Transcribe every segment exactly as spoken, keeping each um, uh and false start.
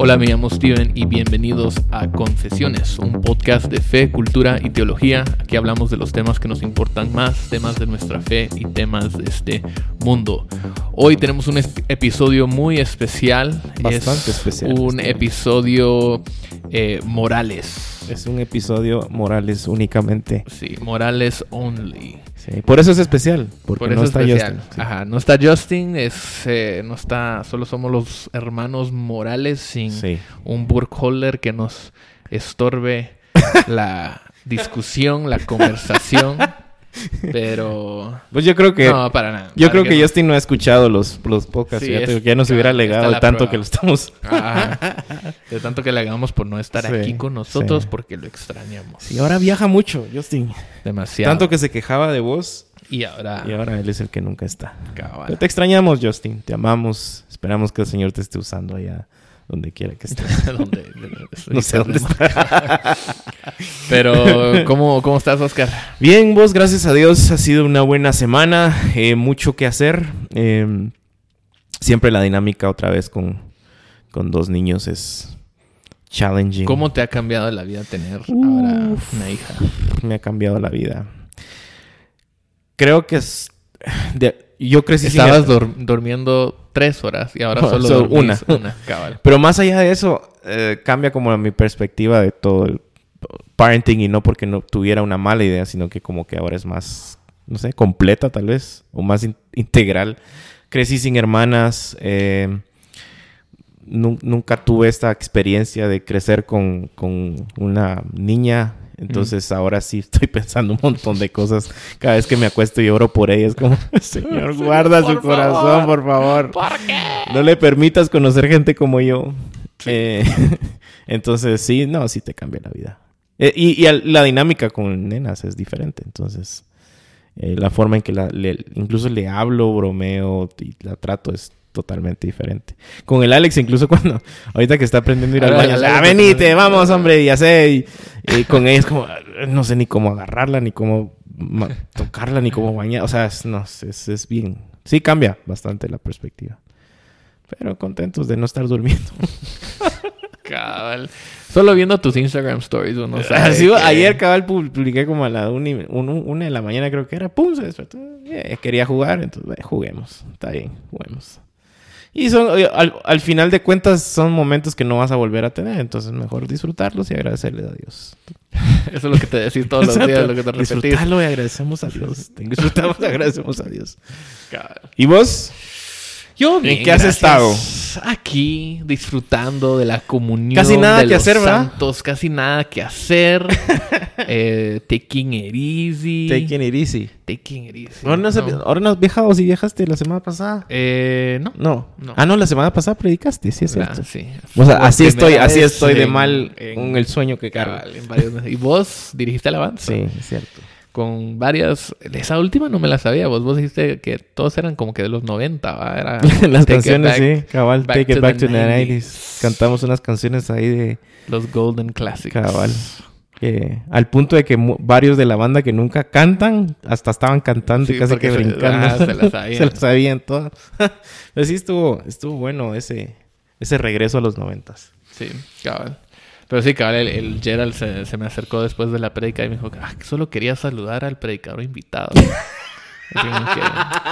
Hola, me llamo Steven y bienvenidos a Confesiones, un podcast de fe, cultura y teología. Aquí hablamos de los temas que nos importan más, temas de nuestra fe y temas de este mundo. Hoy tenemos un es- episodio muy especial. Bastante es especial. Un este. episodio eh, Morales. Es un episodio Morales únicamente. Sí, Morales only. Sí, por eso es especial, porque Por eso no es está especial. Justin. Sí. Ajá, no está Justin, es, eh, no está, solo somos los hermanos Morales sin Sí. un burkholder que nos estorbe la discusión, la conversación. Pero Pues yo creo que no, para nada. yo para creo que no. Justin no ha escuchado los, los podcasts. Sí, fíjate, es- que ya nos hubiera está alegado la tanto prueba. que lo estamos. Ajá. De tanto que le hagamos por no estar Sí, aquí con nosotros sí. porque lo extrañamos. Sí, ahora viaja mucho, Justin. Demasiado. Tanto que se quejaba de vos Y ahora, y ahora él es el que nunca está. cabal. Pero te extrañamos, Justin. Te amamos. Esperamos que el Señor te esté usando allá donde quiera que estés. ¿Dónde? No sé dónde está. Pero, ¿cómo, ¿cómo estás, Oscar? Bien, vos, gracias a Dios, ha sido una buena semana, eh, mucho que hacer. Eh, siempre la dinámica otra vez con, con dos niños es challenging. ¿Cómo te ha cambiado la vida tener ahora Uf. una hija? Me ha cambiado la vida. Creo que es... de- yo crecí sin- Estabas dur- durmiendo tres horas y ahora No, solo solo dormís una. una. Cabal. Pero más allá de eso, eh, cambia como mi perspectiva de todo el parenting, y no porque no tuviera una mala idea, sino que como que ahora es más, no sé, completa tal vez, o más in- integral. Crecí sin hermanas, eh, nu- nunca tuve esta experiencia de crecer con, con una niña. Entonces ahora sí estoy pensando un montón de cosas. Cada vez que me acuesto y oro por ella, es como, Señor, guarda Por su corazón, favor. por favor. ¿Por qué? No le permitas conocer gente como yo. Eh, entonces, sí, no, sí te cambia la vida. Eh, y y al- la dinámica con nenas es diferente. Entonces, eh, la forma en que la, le, incluso le hablo, bromeo y la trato es totalmente diferente. Con el Alex, incluso cuando, ahorita que está aprendiendo a ir al Ahora, baño, el ah, Alex- venite, vamos, hombre, ya sé. Y, y con ella es como, no sé ni cómo agarrarla, ni cómo ma- tocarla, ni cómo bañar. O sea, es, no, es, es bien. Sí cambia bastante la perspectiva. Pero contentos de no estar durmiendo. Cabal. Solo viendo tus Instagram stories uno sabe Así, que- ayer, cabal, publiqué como a la una, y- un- una de la mañana, creo que era. ¡Pum! Se despertó. Eh, quería jugar, entonces eh, juguemos. Está bien, juguemos. Y son, eh, al, al final de cuentas son momentos que no vas a volver a tener. Entonces mejor disfrutarlos y agradecerles a Dios. Eso es lo que te decís todos los días, lo que te repetís. Disfrutarlo y agradecemos a Dios. Disfrutamos y agradecemos a Dios. Cabal. ¿Y vos? Yo ¿En bien, qué has gracias. Aquí, disfrutando de la comunión Casi nada de que los hacer, ¿verdad? santos. Casi nada que hacer. eh, taking it easy. Taking it easy. Taking it easy. Ahora no, has, No. ahora no has viajado, si viajaste la semana pasada. Eh, no. No. No. Ah, no, la semana pasada predicaste, sí es Ah, cierto. sí. O sea, Por así estoy, primera así vez estoy de en- mal en- con el sueño que cargo. cabal, en varios meses. ¿Y vos dirigiste alabanza? Sí, es cierto. Con varias... Esa última no me la sabía. Vos, vos dijiste que todos eran como que de los noventa, ¿va? Era Las Take It canciones, Back, sí, cabal, Back Take It to Back the to the nineties. nineties. Cantamos unas canciones ahí de Los Golden Classics. cabal. Que, al punto de que mu- varios de la banda que nunca cantan, hasta estaban cantando y Sí, casi porque que se- brincando. ajá, se la sabían. se la sabían todas. Pero sí estuvo, estuvo bueno ese, ese regreso a los noventas. Sí, cabal. Pero sí, cabal, el, el Gerald se, se me acercó después de la prédica y me dijo que ah, que solo quería saludar al predicador invitado. Así como que,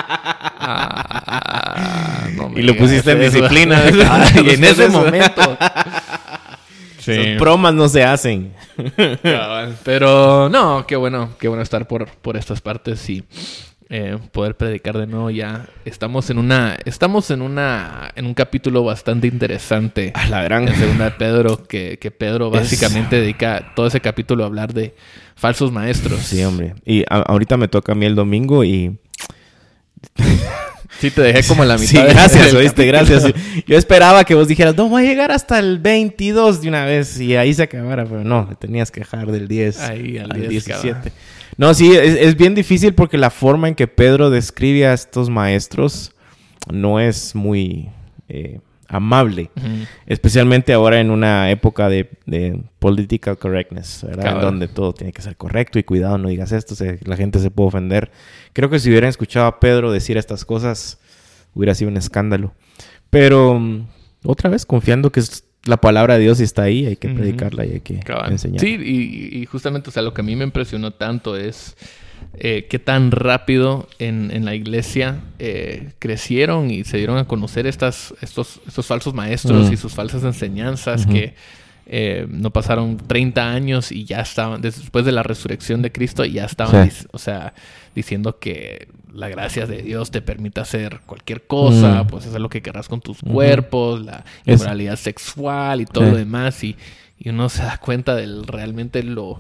ah, no me Y lo digas pusiste en eso. disciplina. Cabal, y en ese momento. Esas bromas no se hacen. Cabal. Pero no, qué bueno, qué bueno estar por, por estas partes y eh, poder predicar de nuevo ya. Estamos en una, estamos en una, en un capítulo bastante interesante. A la gran. En segunda de Pedro, que, que Pedro básicamente dedica todo ese capítulo a hablar de falsos maestros. Sí, hombre. Y a- ahorita me toca a mí el domingo y... Sí, te dejé como a la mitad. Sí, de- gracias, del oíste, capítulo. gracias. Yo esperaba que vos dijeras, no, va a llegar hasta el veintidós de una vez y ahí se acabara, pero no, me tenías que dejar del diez Ahí, al al diez, diecisiete. No, sí, es, es bien difícil porque la forma en que Pedro describe a estos maestros no es muy eh, amable. Ujú. Especialmente ahora en una época de, de political correctness, ¿verdad? Cabal. En donde todo tiene que ser correcto y cuidado, no digas esto, se- la gente se puede ofender. Creo que si hubieran escuchado a Pedro decir estas cosas, hubiera sido un escándalo. Pero mm, otra vez, confiando que es la palabra de Dios está ahí, hay que Ujú. predicarla y hay que Cabal. enseñarla. Sí, y, y justamente, o sea, lo que a mí me impresionó tanto es eh, qué tan rápido en, en la iglesia eh, crecieron y se dieron a conocer estas, estos, estos falsos maestros Mm. y sus falsas enseñanzas Ujú. que eh, no pasaron treinta años y ya estaban, después de la resurrección de Cristo, ya estaban, Sí. dic- o sea, diciendo que la gracia de Dios te permite hacer cualquier cosa, Mm. pues hacer lo que querrás con tus Ujú. cuerpos, la Es- inmoralidad sexual y todo Sí. lo demás. Y, y uno se da cuenta del realmente lo,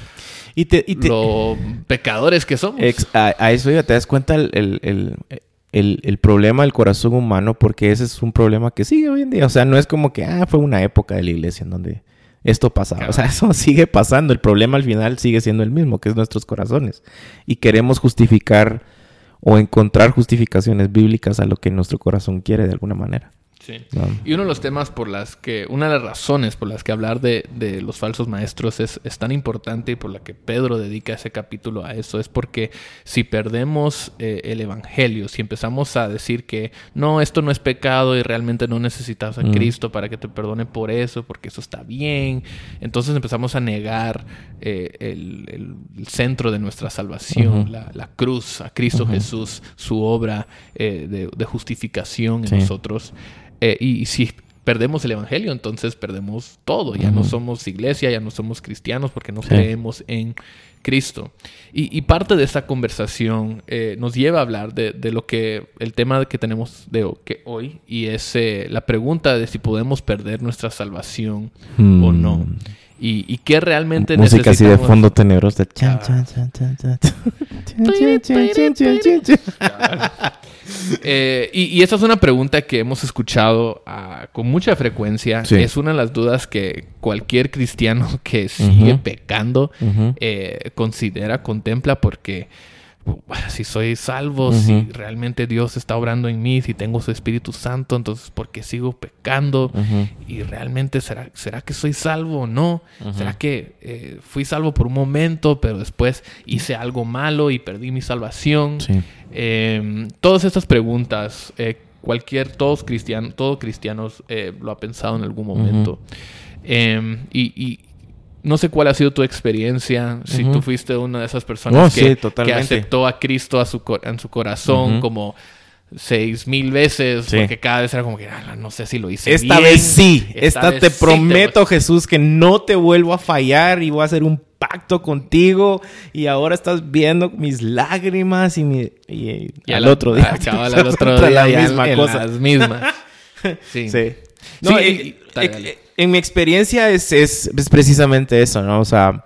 Y te, y te- lo pecadores que somos. ex- a, a eso ya te das cuenta el, el, el, el, el problema del corazón humano, porque ese es un problema que sigue hoy en día. O sea, no es como que ah, fue una época de la iglesia en donde esto pasaba. Claro. O sea, eso sigue pasando. El problema al final sigue siendo el mismo, que es nuestros corazones. Y queremos justificar o encontrar justificaciones bíblicas a lo que nuestro corazón quiere de alguna manera. Sí. ¿No? Y uno de los temas por las que, una de las razones por las que hablar de, de los falsos maestros es, es tan importante y por la que Pedro dedica ese capítulo a eso, es porque si perdemos eh, el evangelio, si empezamos a decir que no, esto no es pecado y realmente no necesitas a Mm. Cristo para que te perdone por eso, porque eso está bien, entonces empezamos a negar eh, el, el- el centro de nuestra salvación, Ujú. la, la cruz, a Cristo Ujú. Jesús, su obra eh, de, de justificación en Sí. nosotros. Eh, y, y si perdemos el evangelio, entonces perdemos todo. Ya Ujú. no somos iglesia, ya no somos cristianos porque no Sí. creemos en Cristo. Y, y parte de esta conversación eh, nos lleva a hablar de, de lo que el tema que tenemos de ho- que hoy, y es eh, la pregunta de si podemos perder nuestra salvación Mm. o no. Y, y qué realmente Música así de necesitamos. fondo tenebrosa. Chan, Ah. chan, chan, chan, chan. Chan, chan, chan, chan, chan, chan. Eh, y, y esa es una pregunta que hemos escuchado ah, con mucha frecuencia. Sí. Es una de las dudas que cualquier cristiano que sigue Ujú. pecando Ujú. eh, considera, contempla, porque uh, si soy salvo, Ujú. si realmente Dios está obrando en mí, si tengo su Espíritu Santo, entonces ¿por qué sigo pecando? Ujú. Y realmente será, ¿será que soy salvo o no? Ujú. ¿Será que eh, fui salvo por un momento, pero después hice algo malo y perdí mi salvación? Sí. Eh, todas estas preguntas, eh, cualquier, todos cristianos, todos cristianos eh, lo ha pensado en algún momento. Eh, y, y no sé cuál ha sido tu experiencia, si Ujú. tú fuiste una de esas personas Oh, que, sí, totalmente. que aceptó a Cristo a su, co- en su corazón Ujú. como seis mil veces, Sí. porque cada vez era como que "Ah, no sé si lo hice Esta bien. vez sí. Esta, vez te sí prometo, voy- Jesús, que no te vuelvo a fallar y voy a hacer un pacto contigo. Y ahora estás viendo mis lágrimas y, mi, y, Y al al otro día. ah, cabal, al otro otra día la ya misma en cosa. las mismas. Sí. Sí. No, Sí, y- y- y- dale, eh, dale. en mi experiencia es, es, es precisamente eso, ¿no? O sea,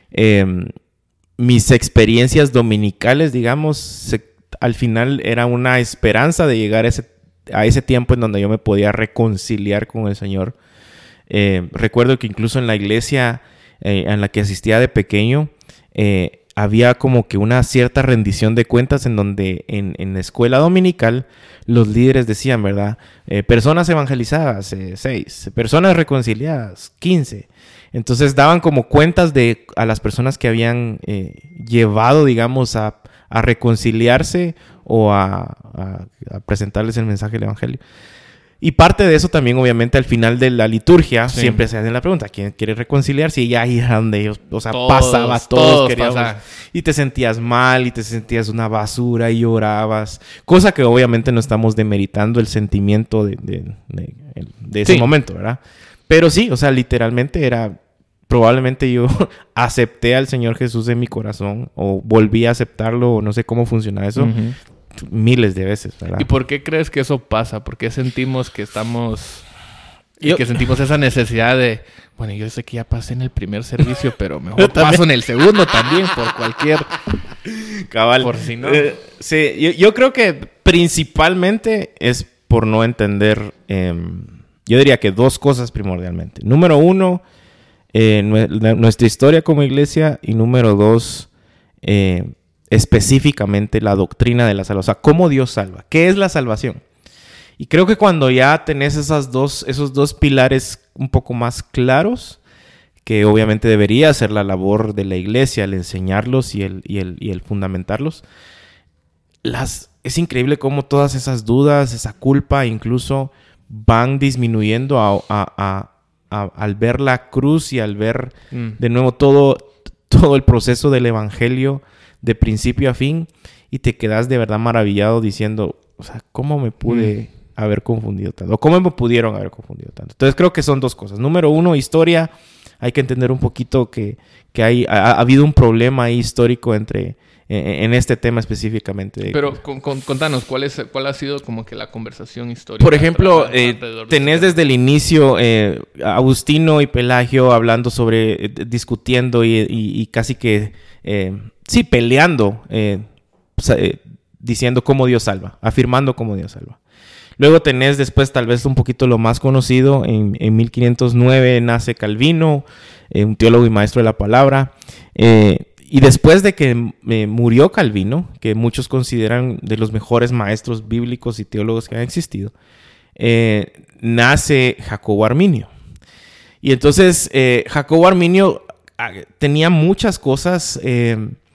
em, mis experiencias dominicales, digamos, se- al final era una esperanza de llegar a ese, a ese tiempo en donde yo me podía reconciliar con el Señor. Eh, recuerdo que incluso en la iglesia eh, en la que asistía de pequeño, eh, había como que una cierta rendición de cuentas en donde en, en la escuela dominical los líderes decían, ¿verdad? Eh, personas evangelizadas, eh, seis. Personas reconciliadas, quince. Entonces daban como cuentas de a las personas que habían eh, llevado, digamos, a, a reconciliarse o a, a, a presentarles el mensaje del evangelio. Y parte de eso también, obviamente, al final de la liturgia, Sí. siempre se hace la pregunta, ¿quién quiere reconciliarse? Y ahí era donde ellos, o sea, Todos, pasaba, todos, todos queríamos. pasaban. Y te sentías mal, y te sentías una basura, y llorabas. Cosa que obviamente no estamos demeritando el sentimiento de, de, de, de ese Sí. momento, ¿verdad? Pero sí, o sea, literalmente era... Probablemente yo acepté al Señor Jesús en mi corazón, o volví a aceptarlo, o no sé cómo funciona eso, Ujú. miles de veces, ¿verdad? ¿Y por qué crees que eso pasa? ¿Por qué sentimos que estamos... Yo- que sentimos esa necesidad de... Bueno, yo sé que ya pasé en el primer servicio, pero mejor Yo también. paso en el segundo también por cualquier... Cabal. Por si no. Eh, sí, yo, yo creo que principalmente es por no entender, eh, yo diría que dos cosas primordialmente. Número uno, eh, nue- la- nuestra historia como iglesia, y número dos, eh, específicamente la doctrina de la salvación. O sea, cómo Dios salva. ¿Qué es la salvación? Y creo que cuando ya tenés esas dos, esos dos pilares un poco más claros, que obviamente debería ser la labor de la iglesia, el enseñarlos y el, y el, y el fundamentarlos, las, es increíble cómo todas esas dudas, esa culpa, incluso van disminuyendo a, a, a, a, al ver la cruz y al ver Mm. de nuevo todo, todo el proceso del evangelio de principio a fin y te quedas de verdad maravillado diciendo, o sea, ¿cómo me pude mm. haber confundido tanto? ¿O cómo me pudieron haber confundido tanto? Entonces creo que son dos cosas. Número uno, historia. Hay que entender un poquito que, que hay, ha, ha habido un problema ahí histórico entre... en este tema específicamente. Pero con, con, contanos, ¿cuál, es, ¿cuál ha sido como que la conversación histórica? Por ejemplo, eh, tenés de desde el inicio eh, Agustino y Pelagio hablando sobre, eh, discutiendo y, y, y casi que, eh, sí, peleando, eh, eh, diciendo cómo Dios salva, afirmando cómo Dios salva. Luego tenés después tal vez un poquito lo más conocido, en, en mil quinientos nueve nace Calvino, eh, un teólogo y maestro de la palabra, eh, y después de que eh, murió Calvino, que muchos consideran de los mejores maestros bíblicos y teólogos que han existido, eh, nace Jacobo Arminio. Y entonces eh, Jacobo Arminio tenía muchas cosas eh,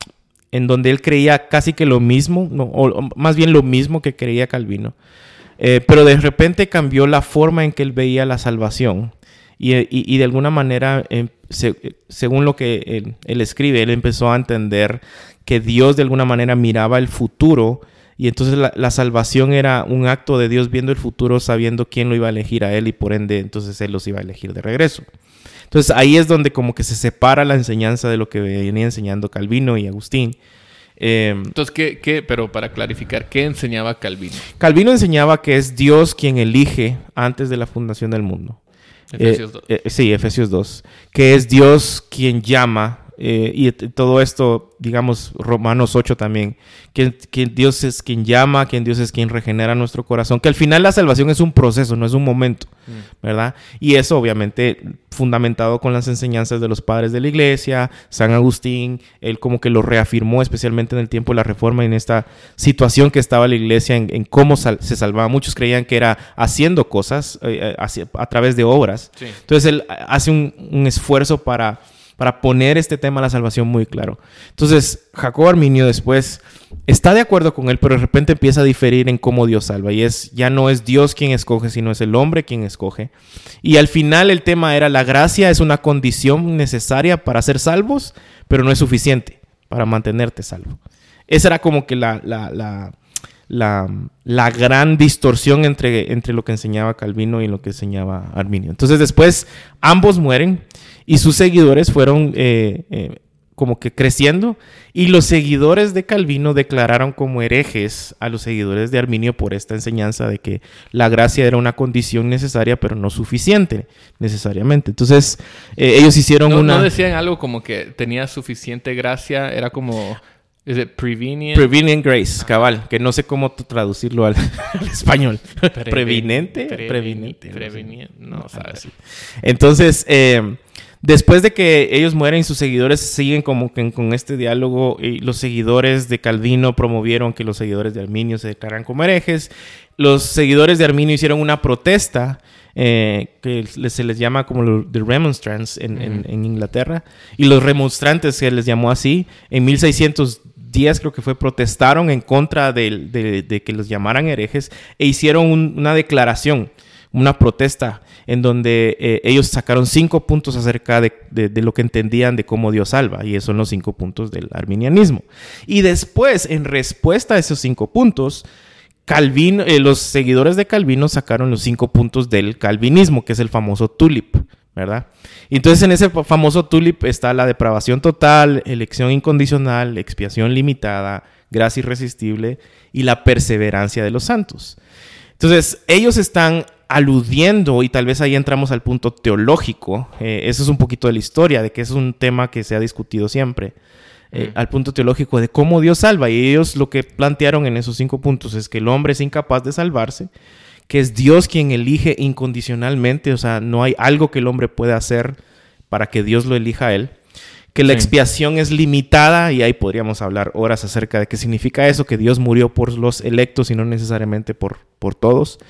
en donde él creía casi que lo mismo, no, o, o más bien lo mismo que creía Calvino. Eh, pero de repente cambió la forma en que él veía la salvación. Y, y, y de alguna manera, eh, se, según lo que él, él escribe, él empezó a entender que Dios de alguna manera miraba el futuro y entonces la, la salvación era un acto de Dios viendo el futuro, sabiendo quién lo iba a elegir a él y por ende entonces él los iba a elegir de regreso. Entonces ahí es donde como que se separa la enseñanza de lo que venía enseñando Calvino y Agustín. Eh, Entonces, ¿qué, qué, pero para clarificar, ¿qué enseñaba Calvino? Calvino enseñaba que es Dios quien elige antes de la fundación del mundo. Efesios dos. Eh, eh, sí, Efesios dos. Que es Dios quien llama, eh, y todo esto, digamos, Romanos ocho también, que, que Dios es quien llama, que Dios es quien regenera nuestro corazón, que al final la salvación es un proceso, no es un momento, mm. ¿verdad? Y eso obviamente fundamentado con las enseñanzas de los padres de la iglesia, San Agustín, él como que lo reafirmó especialmente en el tiempo de la Reforma, en esta situación que estaba la iglesia, en, en cómo sal, se salvaba. Muchos creían que era haciendo cosas eh, a, a través de obras. Sí. Entonces él hace un, un esfuerzo para... para poner este tema de la salvación muy claro. Entonces, Jacobo Arminio después está de acuerdo con él, pero de repente empieza a diferir en cómo Dios salva. Y es ya no es Dios quien escoge, sino es el hombre quien escoge. Y al final el tema era la gracia es una condición necesaria para ser salvos, pero no es suficiente para mantenerte salvo. Esa era como que la... la, la La, la gran distorsión entre, entre lo que enseñaba Calvino y lo que enseñaba Arminio. Entonces después ambos mueren y sus seguidores fueron eh, eh, como que creciendo y los seguidores de Calvino declararon como herejes a los seguidores de Arminio por esta enseñanza de que la gracia era una condición necesaria pero no suficiente necesariamente. Entonces eh, ellos hicieron no, una... ¿No decían algo como que tenía suficiente gracia? Era como... ¿Es it prevenient? Prevenient grace, cabal, que no sé cómo traducirlo al, al español. Preven, ¿Previnente? Preven, Previnente. Prevenient, no, no sabes. Entonces, eh, después de que ellos mueren, sus seguidores siguen como que con este diálogo y los seguidores de Calvino promovieron que los seguidores de Arminio se declararan como herejes. Los seguidores de Arminio hicieron una protesta Eh, que se les llama como los the Remonstrants en, mm. en, en Inglaterra, y los remonstrantes, se les llamó así, en mil seiscientos diez creo que fue, protestaron en contra de, de, de que los llamaran herejes e hicieron un, una declaración, una protesta en donde eh, ellos sacaron cinco puntos acerca de, de, de lo que entendían de cómo Dios salva, y esos son los cinco puntos del arminianismo. Y después, en respuesta a esos cinco puntos, Calvino, eh, los seguidores de Calvino sacaron los cinco puntos del calvinismo, que es el famoso tulip, ¿verdad? Y entonces en ese famoso tulip está la depravación total, elección incondicional, expiación limitada, gracia irresistible y la perseverancia de los santos. Entonces ellos están aludiendo, y tal vez ahí entramos al punto teológico, eh, eso es un poquito de la historia, de que es un tema que se ha discutido siempre. Eh, mm. al punto teológico de cómo Dios salva, y ellos lo que plantearon en esos cinco puntos es que el hombre es incapaz de salvarse, que es Dios quien elige incondicionalmente, o sea, no hay algo que el hombre pueda hacer para que Dios lo elija a él, que la sí. expiación es limitada, y ahí podríamos hablar horas acerca de qué significa eso, que Dios murió por los electos y no necesariamente por, por todos,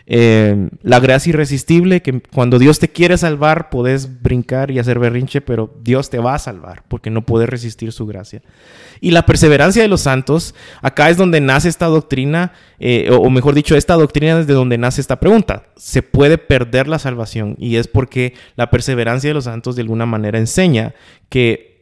Eh, la gracia irresistible, que cuando Dios te quiere salvar, podés brincar y hacer berrinche, pero Dios te va a salvar porque no puedes resistir su gracia. Y la perseverancia de los santos, acá es donde nace esta doctrina, eh, o, o mejor dicho, esta doctrina es de donde nace esta pregunta. ¿Se puede perder la salvación? Y es porque la perseverancia de los santos de alguna manera enseña que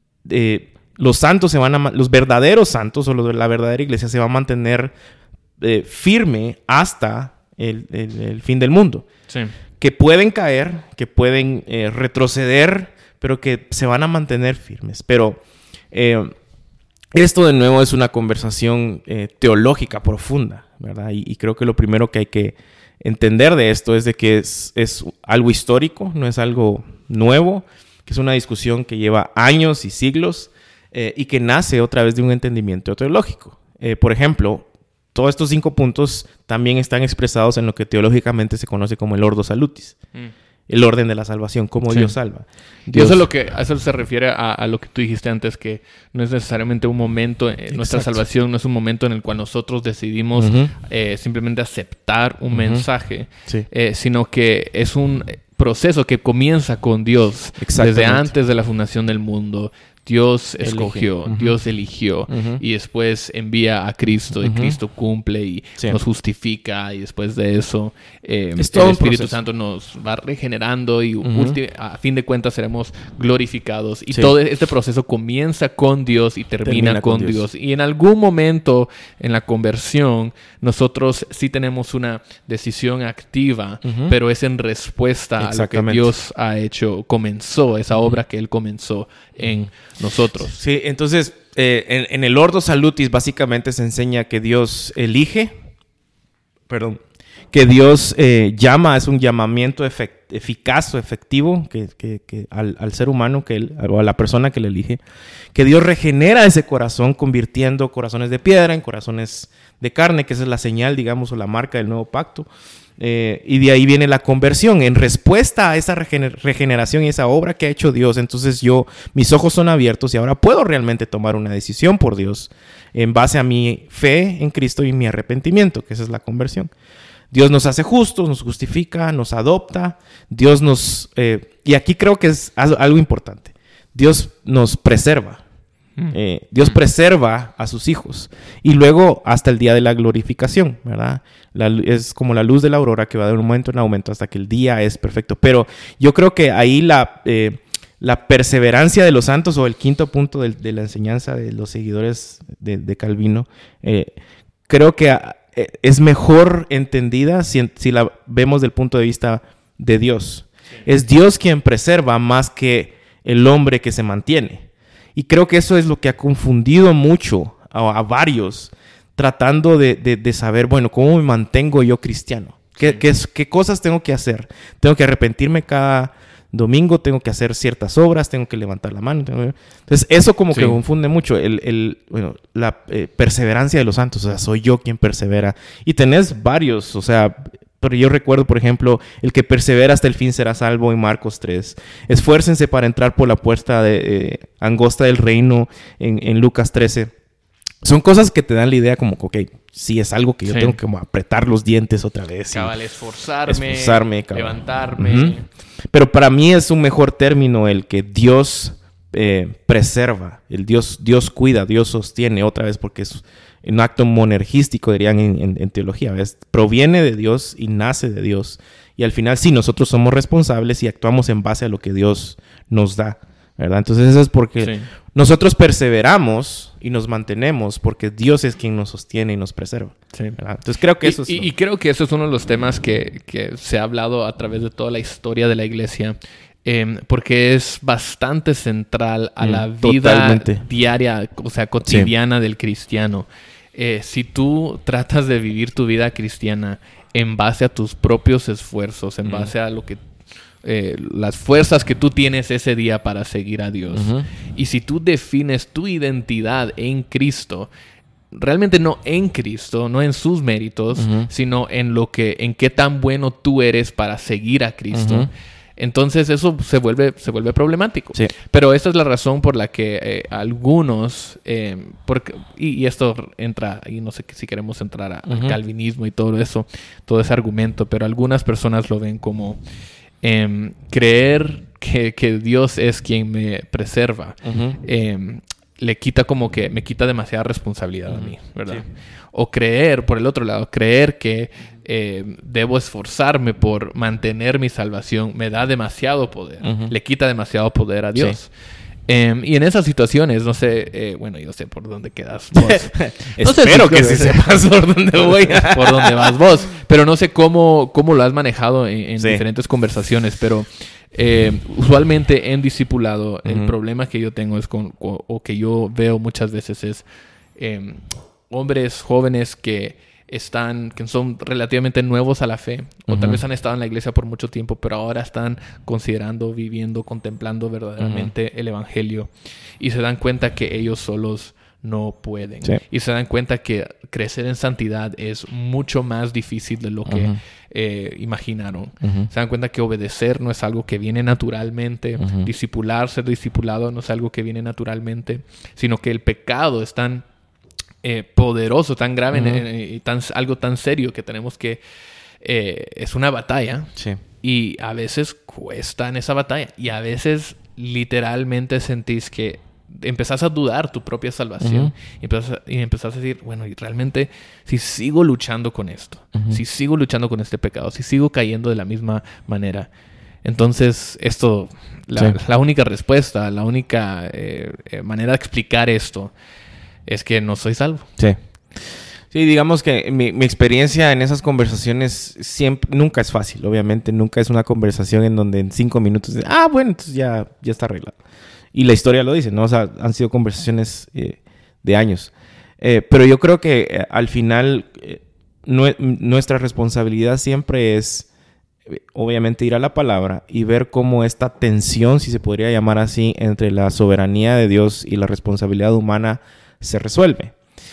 eh, los santos se van a, los verdaderos santos o los de la verdadera iglesia se va a mantener eh, firme hasta El, el, el fin del mundo. Sí. Que pueden caer, que pueden eh, retroceder, pero que se van a mantener firmes. Pero eh, esto de nuevo es una conversación eh, teológica profunda, ¿verdad? Y, y creo que lo primero que hay que entender de esto es de que es, es algo histórico, no es algo nuevo, que es una discusión que lleva años y siglos eh, y que nace otra vez de un entendimiento teológico. Eh, por ejemplo, todos estos cinco puntos también están expresados en lo que teológicamente se conoce como el Ordo Salutis. Mm. El orden de la salvación, cómo sí. Dios salva. Dios... Y eso es lo que, a eso se refiere a, a lo que tú dijiste antes, que no es necesariamente un momento, eh, nuestra salvación no es un momento en el cual nosotros decidimos uh-huh. eh, simplemente aceptar un uh-huh. mensaje, sí. eh, sino que es un proceso que comienza con Dios desde antes de la fundación del mundo. Dios escogió, uh-huh. Dios eligió uh-huh. y después envía a Cristo y uh-huh. Cristo cumple y sí. nos justifica y después de eso eh, el Espíritu Santo nos va regenerando y uh-huh. ulti- a fin de cuentas seremos glorificados y sí. todo este proceso comienza con Dios y termina, termina con, con Dios. Dios y en algún momento en la conversión nosotros sí tenemos una decisión activa uh-huh. pero es en respuesta a lo que Dios ha hecho, comenzó esa obra que Él comenzó en nosotros. Sí, entonces eh, en, en el Ordo Salutis básicamente se enseña que Dios elige, perdón, que Dios eh, llama, es un llamamiento efect, eficaz o efectivo que, que, que al, al ser humano que él, o a la persona que le elige, que Dios regenera ese corazón convirtiendo corazones de piedra en corazones de carne, que esa es la señal, digamos, o la marca del nuevo pacto. Eh, y de ahí viene la conversión en respuesta a esa regener- regeneración y esa obra que ha hecho Dios. Entonces yo, mis ojos son abiertos y ahora puedo realmente tomar una decisión por Dios en base a mi fe en Cristo y mi arrepentimiento, que esa es la conversión. Dios nos hace justos, nos justifica, nos adopta. Dios nos... Eh, y aquí creo que es algo importante. Dios nos preserva. Eh, Dios preserva a sus hijos y luego hasta el día de la glorificación, ¿verdad? La, es como la luz de la aurora que va de un momento en aumento hasta que el día es perfecto. Pero yo creo que ahí la, eh, la perseverancia de los santos, o el quinto punto de, de la enseñanza de los seguidores de, de Calvino, eh, creo que eh, es mejor entendida si, si la vemos del punto de vista de Dios. Sí. Es Dios quien preserva más que el hombre que se mantiene. Y creo que eso es lo que ha confundido mucho a, a varios, tratando de, de, de saber, bueno, ¿cómo me mantengo yo cristiano? ¿Qué, sí. qué, ¿Qué cosas tengo que hacer? ¿Tengo que arrepentirme cada domingo? ¿Tengo que hacer ciertas obras? ¿Tengo que levantar la mano? Tengo... Entonces, eso como sí. que confunde mucho. El, el, bueno, la eh, perseverancia de los santos. O sea, soy yo quien persevera. Y tenés varios, o sea... Pero yo recuerdo, por ejemplo, el que persevera hasta el fin será salvo en Marcos tres. Esfuércense para entrar por la puerta de, eh, angosta del reino en, en Lucas trece. Son cosas que te dan la idea como, ok, sí es algo que yo sí. tengo que como apretar los dientes otra vez. Cabal, esforzarme, esforzarme cabal. levantarme. Uh-huh. Pero para mí es un mejor término el que Dios eh, preserva. El Dios, Dios cuida, Dios sostiene otra vez porque es... un acto monergístico, dirían en, en, en teología, ¿ves? Proviene de Dios y nace de Dios. Y al final sí, nosotros somos responsables y actuamos en base a lo que Dios nos da, ¿verdad? Entonces eso es porque sí. nosotros perseveramos y nos mantenemos porque Dios es quien nos sostiene y nos preserva. Sí. ¿Verdad? Entonces creo que eso y, es... Y, y creo que eso es uno de los temas que, que se ha hablado a través de toda la historia de la iglesia. Eh, porque es bastante central a mm, la vida totalmente. diaria, o sea, cotidiana sí. del cristiano. Eh, si tú tratas de vivir tu vida cristiana en base a tus propios esfuerzos, en mm. base a lo que eh, las fuerzas que tú tienes ese día para seguir a Dios, uh-huh. y si tú defines tu identidad en Cristo, realmente no en Cristo, no en sus méritos, uh-huh. sino en lo que, en qué tan bueno tú eres para seguir a Cristo. Uh-huh. Entonces eso se vuelve, se vuelve problemático. Sí. Pero esta es la razón por la que eh, algunos, eh, porque, y, y esto entra, y no sé si queremos entrar a, uh-huh. al calvinismo y todo eso, todo ese argumento, pero algunas personas lo ven como eh, creer que, que Dios es quien me preserva. Uh-huh. Eh, le quita como que, me quita demasiada responsabilidad uh-huh. a mí, ¿verdad? Sí. O creer, por el otro lado, creer que eh, debo esforzarme por mantener mi salvación me da demasiado poder. Uh-huh. Le quita demasiado poder a Dios. Sí. Um, y en esas situaciones, no sé, eh, bueno, yo sé por dónde quedas vos. No Espero sé que sí sepas por dónde voy. Por dónde vas vos. Pero no sé cómo, cómo lo has manejado en, en sí. diferentes conversaciones, pero eh, usualmente en discipulado, uh-huh. el problema que yo tengo es con, o, o que yo veo muchas veces es eh, hombres jóvenes que están, que son relativamente nuevos a la fe, o uh-huh. tal vez han estado en la iglesia por mucho tiempo, pero ahora están considerando, viviendo, contemplando verdaderamente uh-huh. el evangelio, y se dan cuenta que ellos solos no pueden. Sí. Y se dan cuenta que crecer en santidad es mucho más difícil de lo que uh-huh. eh, imaginaron. Uh-huh. Se dan cuenta que obedecer no es algo que viene naturalmente, uh-huh. discipular, ser discipulado no es algo que viene naturalmente, sino que el pecado es tan Eh, poderoso, tan grave uh-huh. eh, y tan, algo tan serio que tenemos que... Eh, es una batalla. Sí. Y a veces cuesta en esa batalla. Y a veces literalmente sentís que empezás a dudar tu propia salvación. Uh-huh. Y, empezás, y empezás a decir, bueno, y realmente si sigo luchando con esto, uh-huh. si sigo luchando con este pecado, si sigo cayendo de la misma manera, entonces esto, la, sí. la única respuesta, la única eh, eh, manera de explicar esto es que no soy salvo. Sí. Sí, digamos que mi, mi experiencia en esas conversaciones siempre, nunca es fácil, obviamente. Nunca es una conversación en donde en cinco minutos... Ah, bueno, entonces ya, ya está arreglado. Y la historia lo dice, ¿no? O sea, han sido conversaciones eh, de años. Eh, pero yo creo que eh, al final eh, nue- nuestra responsabilidad siempre es, eh, obviamente, ir a la palabra y ver cómo esta tensión, si se podría llamar así, entre la soberanía de Dios y la responsabilidad humana se resuelve.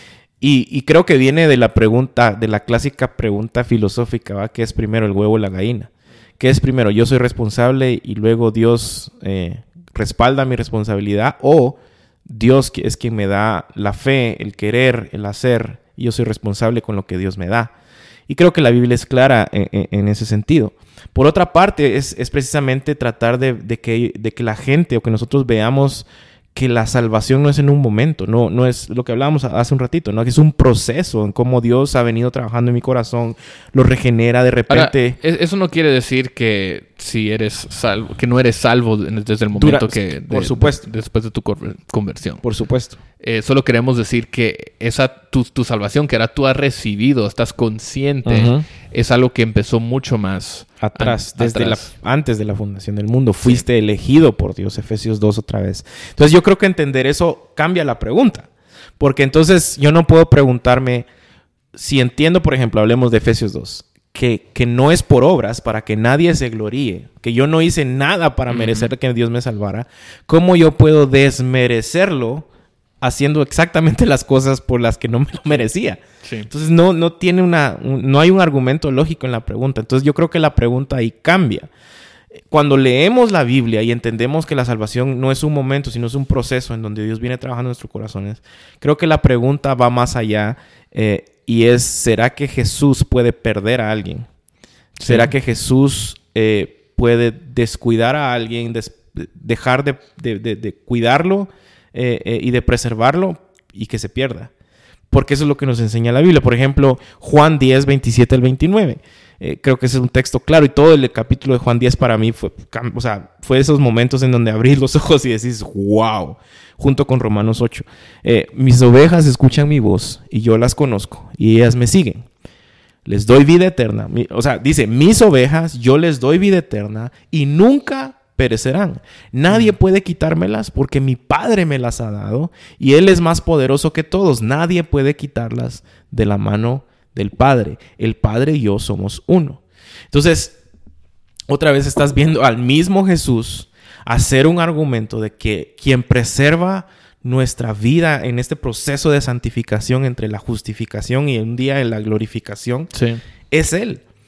Y, y creo que viene de la pregunta, de la clásica pregunta filosófica, ¿va? ¿Qué es primero, el huevo o la gallina? ¿Qué es primero? ¿Yo soy responsable y luego Dios eh, respalda mi responsabilidad? ¿O Dios es quien me da la fe, el querer, el hacer, y yo soy responsable con lo que Dios me da? Y creo que la Biblia es clara en, en, en ese sentido. Por otra parte, es, es precisamente tratar de, de, que, de que la gente o que nosotros veamos que la salvación no es en un momento, no, no es lo que hablábamos hace un ratito, ¿no? Que es un proceso en cómo Dios ha venido trabajando en mi corazón, lo regenera de repente. Ahora, eso no quiere decir que si eres salvo, que no eres salvo desde el momento Dura, que... De, por supuesto. De, después de tu conversión. Por supuesto. Eh, solo queremos decir que esa tu, tu salvación que ahora tú has recibido, estás consciente, uh-huh. es algo que empezó mucho más atrás, an, desde atrás. La, antes de la fundación del mundo. Fuiste sí. elegido por Dios, Efesios dos otra vez. Entonces yo creo que entender eso cambia la pregunta. Porque entonces yo no puedo preguntarme, si entiendo, por ejemplo, hablemos de Efesios dos, que, que no es por obras para que nadie se gloríe, que yo no hice nada para uh-huh. merecer que Dios me salvara, ¿cómo yo puedo desmerecerlo haciendo exactamente las cosas por las que no me lo merecía? Sí. Entonces no, no tiene una, un, no hay un argumento lógico en la pregunta. Entonces yo creo que la pregunta ahí cambia. Cuando leemos la Biblia y entendemos que la salvación no es un momento, sino es un proceso en donde Dios viene trabajando en nuestros corazones, creo que la pregunta va más allá eh, y es, ¿será que Jesús puede perder a alguien? Sí. ¿Será que Jesús eh, puede descuidar a alguien, des- dejar de, de, de, de cuidarlo eh, eh, y de preservarlo y que se pierda? Porque eso es lo que nos enseña la Biblia. Por ejemplo, Juan diez, veintisiete al veintinueve. Eh, creo que ese es un texto claro y todo el capítulo de Juan diez para mí fue, o sea, fue esos momentos en donde abrís los ojos y decís, wow, junto con Romanos ocho. Eh, mis ovejas escuchan mi voz y yo las conozco y ellas me siguen. Les doy vida eterna. Mi, o sea, dice, mis ovejas, yo les doy vida eterna y nunca perecerán. Nadie puede quitármelas porque mi Padre me las ha dado y Él es más poderoso que todos. Nadie puede quitarlas de la mano del Padre. El Padre y yo somos uno. Entonces, otra vez estás viendo al mismo Jesús hacer un argumento de que quien preserva nuestra vida en este proceso de santificación entre la justificación y un día en la glorificación, sí. es Él.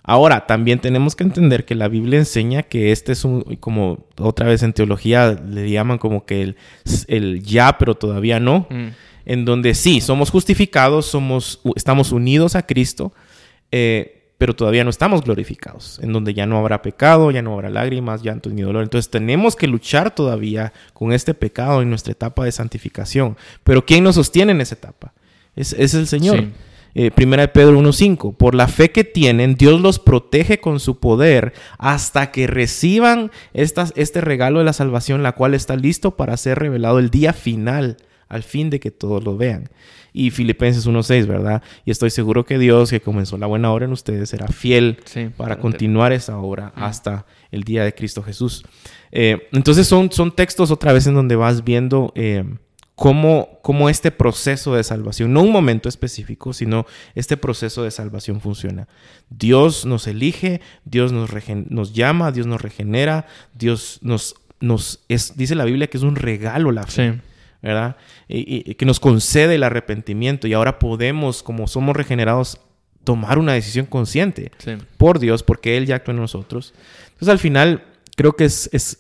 Ahora, también tenemos que entender que la Biblia enseña que este es un, como otra vez en teología le llaman como que el, el ya, pero todavía no. Mm. En donde sí, somos justificados, somos, estamos unidos a Cristo, eh, pero todavía no estamos glorificados. En donde ya no habrá pecado, ya no habrá lágrimas, llantos ni dolor. Entonces tenemos que luchar todavía con este pecado en nuestra etapa de santificación. Pero ¿quién nos sostiene en esa etapa? Es, es el Señor. Sí. Eh, Primera de Pedro uno cinco. Por la fe que tienen, Dios los protege con su poder hasta que reciban estas, este regalo de la salvación, la cual está listo para ser revelado el día final, al fin de que todos lo vean. Y Filipenses uno seis, ¿verdad? Y estoy seguro que Dios, que comenzó la buena obra en ustedes, será fiel sí, para continuar esa obra mm. hasta el día de Cristo Jesús. Eh, entonces son, son textos otra vez en donde vas viendo... Eh, Cómo, cómo este proceso de salvación, no un momento específico, sino este proceso de salvación funciona. Dios nos elige, Dios nos, regen- nos llama, Dios nos regenera, Dios nos, nos es, dice la Biblia que es un regalo la fe, sí. ¿verdad? Y, y que nos concede el arrepentimiento y ahora podemos, como somos regenerados, tomar una decisión consciente sí. por Dios, porque Él ya actúa en nosotros. Entonces al final creo que es... es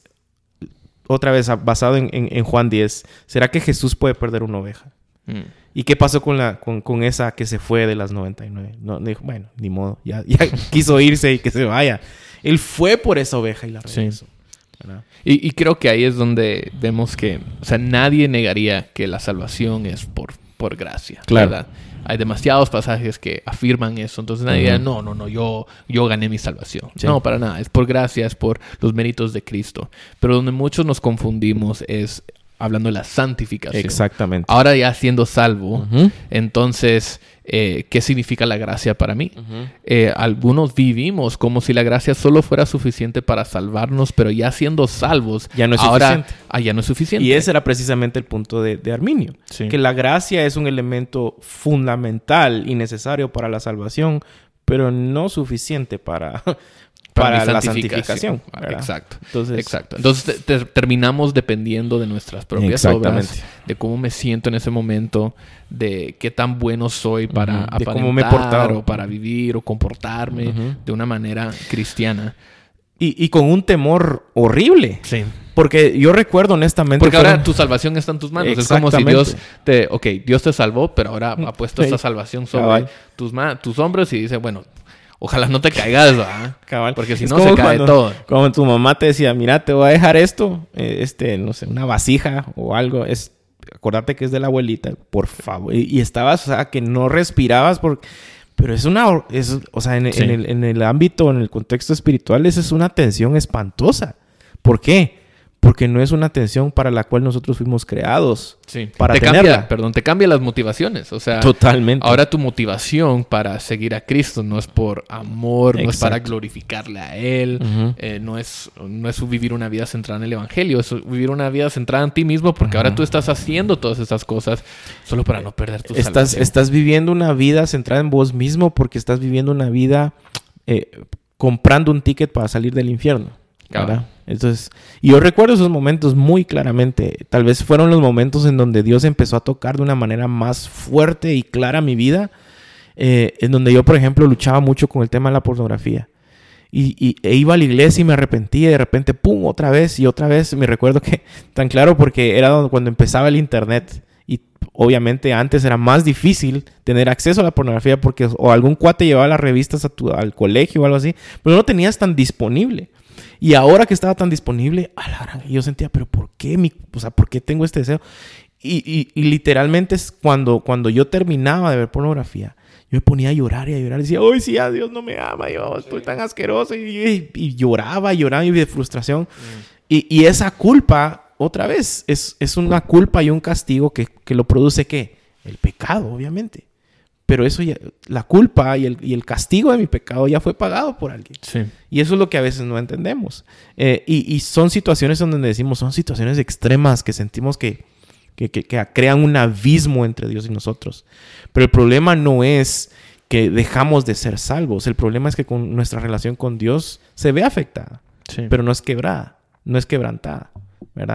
otra vez basado en, en, en Juan diez, ¿será que Jesús puede perder una oveja? Mm. ¿Y qué pasó con, la, con, con esa que se fue de las noventa y nueve? No, dijo, bueno, ni modo, ya, ya quiso irse y que se vaya. Él fue por esa oveja y la regresó. Sí. Y, y creo que ahí es donde vemos que, o sea, nadie negaría que la salvación es por, por gracia, claro. ¿verdad? Hay demasiados pasajes que afirman eso. Entonces nadie uh-huh. dirá, no, no, no, yo, yo gané mi salvación. Sí. No, para nada. Es por gracia, es por los méritos de Cristo. Pero donde muchos nos confundimos es hablando de la santificación. Exactamente. Ahora ya siendo salvo, uh-huh. entonces, eh, ¿qué significa la gracia para mí? Uh-huh. Eh, algunos vivimos como si la gracia solo fuera suficiente para salvarnos, pero ya siendo salvos, ya no es ahora suficiente. Ah, ya no es suficiente. Y ese era precisamente el punto de, de Arminio. Sí. Que la gracia es un elemento fundamental y necesario para la salvación, pero no suficiente para... Para, para la santificación. santificación Exacto. Entonces, Exacto. Entonces te, te, terminamos dependiendo de nuestras propias obras, de cómo me siento en ese momento, de qué tan bueno soy para uh-huh. aparentar, de cómo me he portado, o para vivir o comportarme uh-huh. de una manera cristiana. Y, y con un temor horrible. Sí. Porque yo recuerdo honestamente... Porque ahora tu salvación está en tus manos. Es como si Dios te... Ok, Dios te salvó, pero ahora ha puesto sí. esa salvación sobre tus, ma- tus hombros y dice, bueno... Ojalá no te caigas, ¿verdad? Cabal. Porque si es no se cae cuando, todo. Como tu mamá te decía, mira, te voy a dejar esto, eh, este, no sé, una vasija o algo. Es, acuérdate que es de la abuelita, por favor. Y, y estabas, o sea, que no respirabas, por, pero es una, es, o sea, en, sí. en, el, en el ámbito, en el contexto espiritual, esa es una tensión espantosa. ¿Por qué? Porque no es una tensión para la cual nosotros fuimos creados. Sí. Para te tenerla. Cambia, perdón, te cambia las motivaciones. O sea, totalmente. Ahora tu motivación para seguir a Cristo no es por amor, Exacto. no es para glorificarle a Él, uh-huh. eh, no es, no es vivir una vida centrada en el Evangelio, es vivir una vida centrada en ti mismo, porque uh-huh. ahora tú estás haciendo todas esas cosas solo para no perder tu estás, salvación. Estás viviendo una vida centrada en vos mismo porque estás viviendo una vida eh, comprando un ticket para salir del infierno. ¿Verdad? Entonces, y yo recuerdo esos momentos muy claramente. Tal vez fueron los momentos en donde Dios empezó a tocar de una manera más fuerte y clara mi vida, eh, en donde yo, por ejemplo, luchaba mucho con el tema de la pornografía. Y, y e iba a la iglesia y me arrepentía y de repente, pum, otra vez y otra vez. Me recuerdo que tan claro porque era cuando empezaba el internet. Y obviamente antes era más difícil tener acceso a la pornografía porque o algún cuate llevaba las revistas a tu, al colegio o algo así, pero no tenías tan disponible. Y ahora que estaba tan disponible, a la gran, yo sentía, pero ¿por qué? Mi, o sea, ¿por qué tengo este deseo? Y, y, y literalmente es cuando, cuando yo terminaba de ver pornografía, yo me ponía a llorar y a llorar. Y decía, ¡ay, sí, ya Dios no me ama! Yo estoy tan asqueroso. Y, y, y lloraba, lloraba y de frustración. Mm. Y, y esa culpa, otra vez, es, es una culpa y un castigo que, que lo produce, ¿qué? El pecado, obviamente. Pero eso ya, la culpa y el, y el castigo de mi pecado ya fue pagado por alguien. Sí. Y eso es lo que a veces no entendemos. Eh, y, y son situaciones donde decimos, son situaciones extremas que sentimos que, que, que, que crean un abismo entre Dios y nosotros. Pero el problema no es que dejamos de ser salvos. El problema es que con nuestra relación con Dios se ve afectada. Sí. Pero no es quebrada, no es quebrantada, ¿verdad?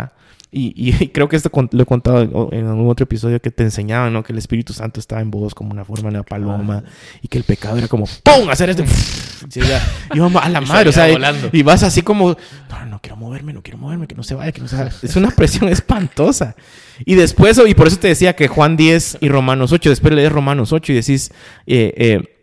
Y, y creo que esto lo he contado en algún otro episodio que te enseñaban, ¿no? Que el Espíritu Santo estaba en vos como una forma de una paloma ah. y que el pecado era como ¡pum! Hacer esto. Y yo, a la madre, o sea, y, y vas así como no, no quiero moverme, no quiero moverme, que no se vaya, que no se vaya. Es una presión espantosa. Y después, y por eso te decía que Juan diez y Romanos ocho, después lees Romanos ocho y decís eh, eh,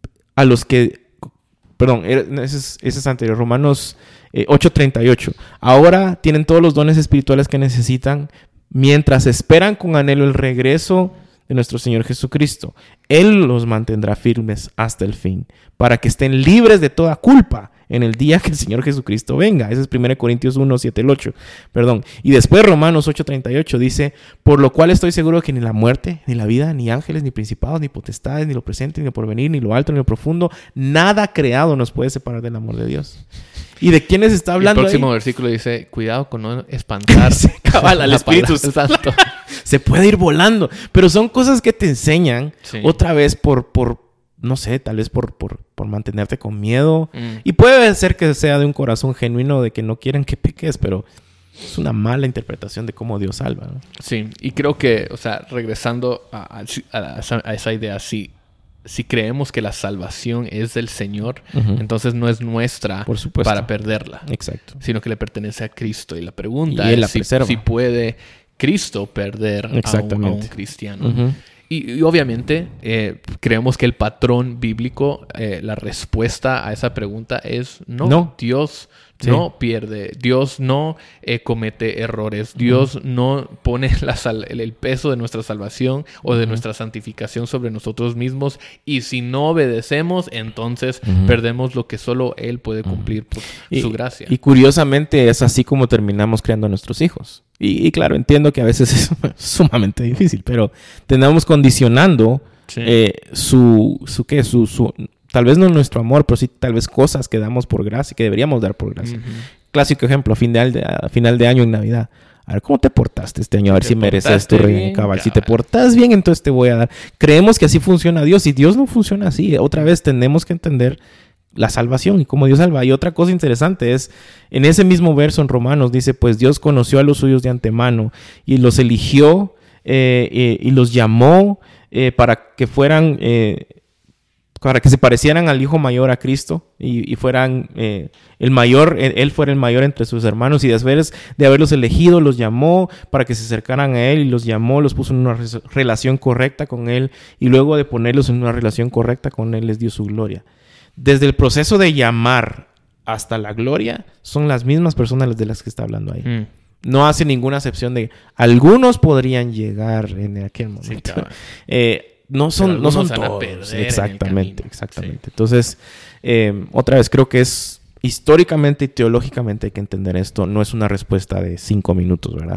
a los que, perdón, ese es, ese es anterior, Romanos Eh, ocho treinta y ocho. Ahora tienen todos los dones espirituales que necesitan mientras esperan con anhelo el regreso de nuestro Señor Jesucristo. Él los mantendrá firmes hasta el fin, para que estén libres de toda culpa en el día que el Señor Jesucristo venga. Ese es primera Corintios uno, siete al ocho. Perdón. Y después Romanos ocho treinta y ocho dice, por lo cual estoy seguro que ni la muerte, ni la vida, ni ángeles, ni principados, ni potestades, ni lo presente, ni lo porvenir, ni lo alto, ni lo profundo, nada creado nos puede separar del amor de Dios. ¿Y de quiénes está hablando? El próximo ahí? Versículo dice, cuidado con no espantarse. Cabal, al Espíritu Santo. Se puede ir volando. Pero son cosas que te enseñan sí. otra vez por, por, no sé, tal vez por, por, por mantenerte con miedo. Mm. Y puede ser que sea de un corazón genuino de que no quieren que peques, pero es una mala interpretación de cómo Dios salva, ¿no? Sí, y creo que, o sea, regresando a, a, a, esa, a esa idea, sí. Si creemos que la salvación es del Señor, uh-huh. entonces no es nuestra para perderla. Exacto. Sino que le pertenece a Cristo. Y la pregunta y él es si, si puede Cristo perder a un, a un cristiano. Uh-huh. Y, y obviamente eh, creemos que el patrón bíblico, eh, la respuesta a esa pregunta es no. no. Dios sí. no pierde. Dios no eh, comete errores. Dios uh-huh. no pone la sal- el, el peso de nuestra salvación o de uh-huh. nuestra santificación sobre nosotros mismos. Y si no obedecemos, entonces uh-huh. perdemos lo que solo Él puede cumplir por y, su gracia. Y curiosamente es así como terminamos creando a nuestros hijos. Y, y claro, entiendo que a veces es sumamente difícil, pero tenemos condicionando sí. eh, su, su, ¿qué? Su, su, tal vez no nuestro amor, pero sí tal vez cosas que damos por gracia, que deberíamos dar por gracia. Uh-huh. Clásico ejemplo, final de, a final de año en Navidad. A ver, ¿cómo te portaste este año? A ver si mereces tu reino cabal. Si te portas bien, entonces te voy a dar. Creemos que así funciona Dios y Dios no funciona así. Otra vez tenemos que entender la salvación y cómo Dios salva. Y otra cosa interesante es, en ese mismo verso en Romanos dice, pues Dios conoció a los suyos de antemano y los eligió eh, eh, y los llamó eh, para que fueran, eh, para que se parecieran al hijo mayor, a Cristo, y, y fueran eh, el mayor, él fuera el mayor entre sus hermanos, y después de haberlos elegido, los llamó para que se acercaran a él y los llamó, los puso en una re- relación correcta con él, y luego de ponerlos en una relación correcta con él, les dio su gloria. Desde el proceso de llamar hasta la gloria, son las mismas personas de las que está hablando ahí. Mm. No hace ninguna excepción de... Algunos podrían llegar en aquel momento. Sí, eh, no son, no son todos. Exactamente, exactamente. Sí. Entonces, eh, otra vez, creo que es... Históricamente y teológicamente hay que entender esto. No es una respuesta de cinco minutos, ¿verdad?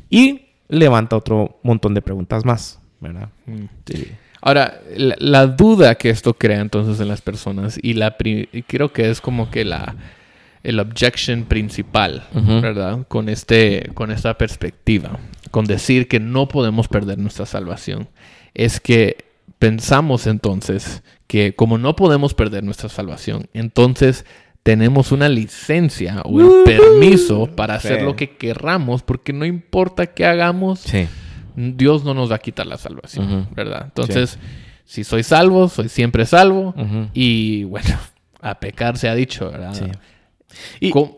Y levanta otro montón de preguntas más, ¿verdad? Mm. Sí. Ahora, la, la duda que esto crea entonces en las personas y la pri- y creo que es como que la el objection principal, uh-huh. ¿verdad? Con este con esta perspectiva, con decir que no podemos perder nuestra salvación, es que pensamos entonces que como no podemos perder nuestra salvación, entonces tenemos una licencia o un uh-huh. permiso para hacer sí. lo que querramos, porque no importa qué hagamos. Sí. Dios no nos va a quitar la salvación, uh-huh. ¿verdad? Entonces, sí. si soy salvo, soy siempre salvo. Uh-huh. Y, bueno, a pecar se ha dicho, ¿verdad? Sí. Y ¿Cómo?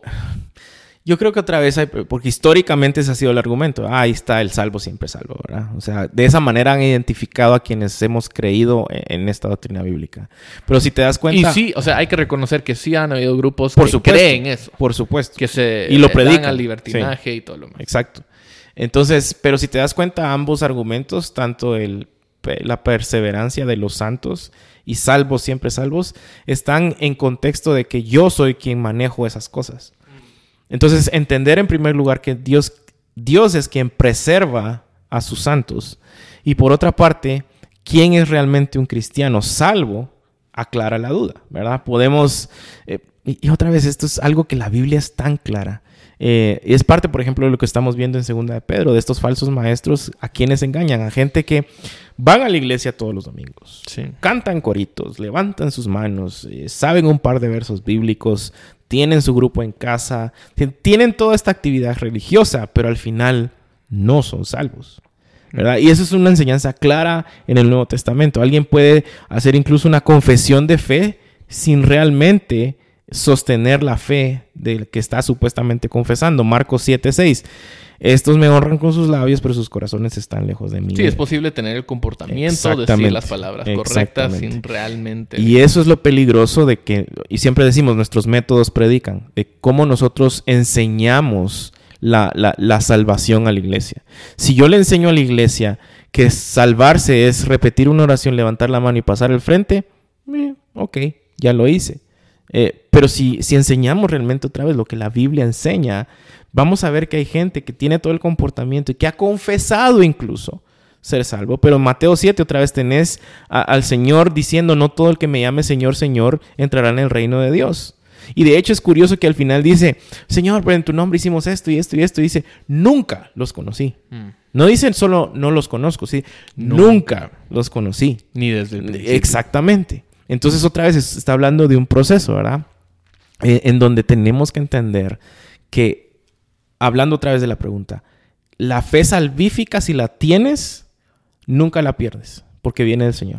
Yo creo que otra vez, hay, porque históricamente ese ha sido el argumento. Ah, ahí está el salvo, siempre salvo, ¿verdad? O sea, de esa manera han identificado a quienes hemos creído en esta doctrina bíblica. Pero si te das cuenta... Y sí, o sea, hay que reconocer que sí han habido grupos por que supuesto, creen eso. Por supuesto. Que se y lo predican. Dan al libertinaje sí. y todo lo demás. Exacto. Entonces, pero si te das cuenta, ambos argumentos, tanto el, la perseverancia de los santos y salvos, siempre salvos, están en contexto de que yo soy quien manejo esas cosas. Entonces, entender en primer lugar que Dios, Dios es quien preserva a sus santos. Y por otra parte, ¿quién es realmente un cristiano salvo? Aclara la duda, ¿verdad? Podemos... Eh, y, y otra vez, esto es algo que la Biblia es tan clara. Eh, es parte, por ejemplo, de lo que estamos viendo en Segunda de Pedro, de estos falsos maestros a quienes engañan, a gente que van a la iglesia todos los domingos, sí. cantan coritos, levantan sus manos, eh, saben un par de versos bíblicos, tienen su grupo en casa, tienen toda esta actividad religiosa, pero al final no son salvos, ¿verdad? Y eso es una enseñanza clara en el Nuevo Testamento. Alguien puede hacer incluso una confesión de fe sin realmente sostener la fe del que está supuestamente confesando. Marcos siete seis. Estos me honran con sus labios, pero sus corazones están lejos de mí. Sí, es posible tener el comportamiento, decir las palabras correctas sin realmente... Y eso es lo peligroso de que, y siempre decimos, nuestros métodos predican, de cómo nosotros enseñamos la, la, la salvación a la iglesia. Si yo le enseño a la iglesia que salvarse es repetir una oración, levantar la mano y pasar el frente, eh, ok, ya lo hice. Eh, pero si, si enseñamos realmente otra vez lo que la Biblia enseña, vamos a ver que hay gente que tiene todo el comportamiento y que ha confesado incluso ser salvo. Pero en Mateo siete otra vez tenés a, al Señor diciendo, no todo el que me llame Señor, Señor, entrará en el reino de Dios. Y de hecho es curioso que al final dice, Señor, pero en tu nombre hicimos esto y esto y esto. Y dice, nunca los conocí. Mm. No dicen solo no los conozco, ¿sí? Nunca, nunca los conocí. Ni desde el principio. Exactamente. Entonces otra vez está hablando de un proceso, ¿verdad? Eh, en donde tenemos que entender que, hablando otra vez de la pregunta, la fe salvífica, si la tienes, nunca la pierdes, porque viene del Señor.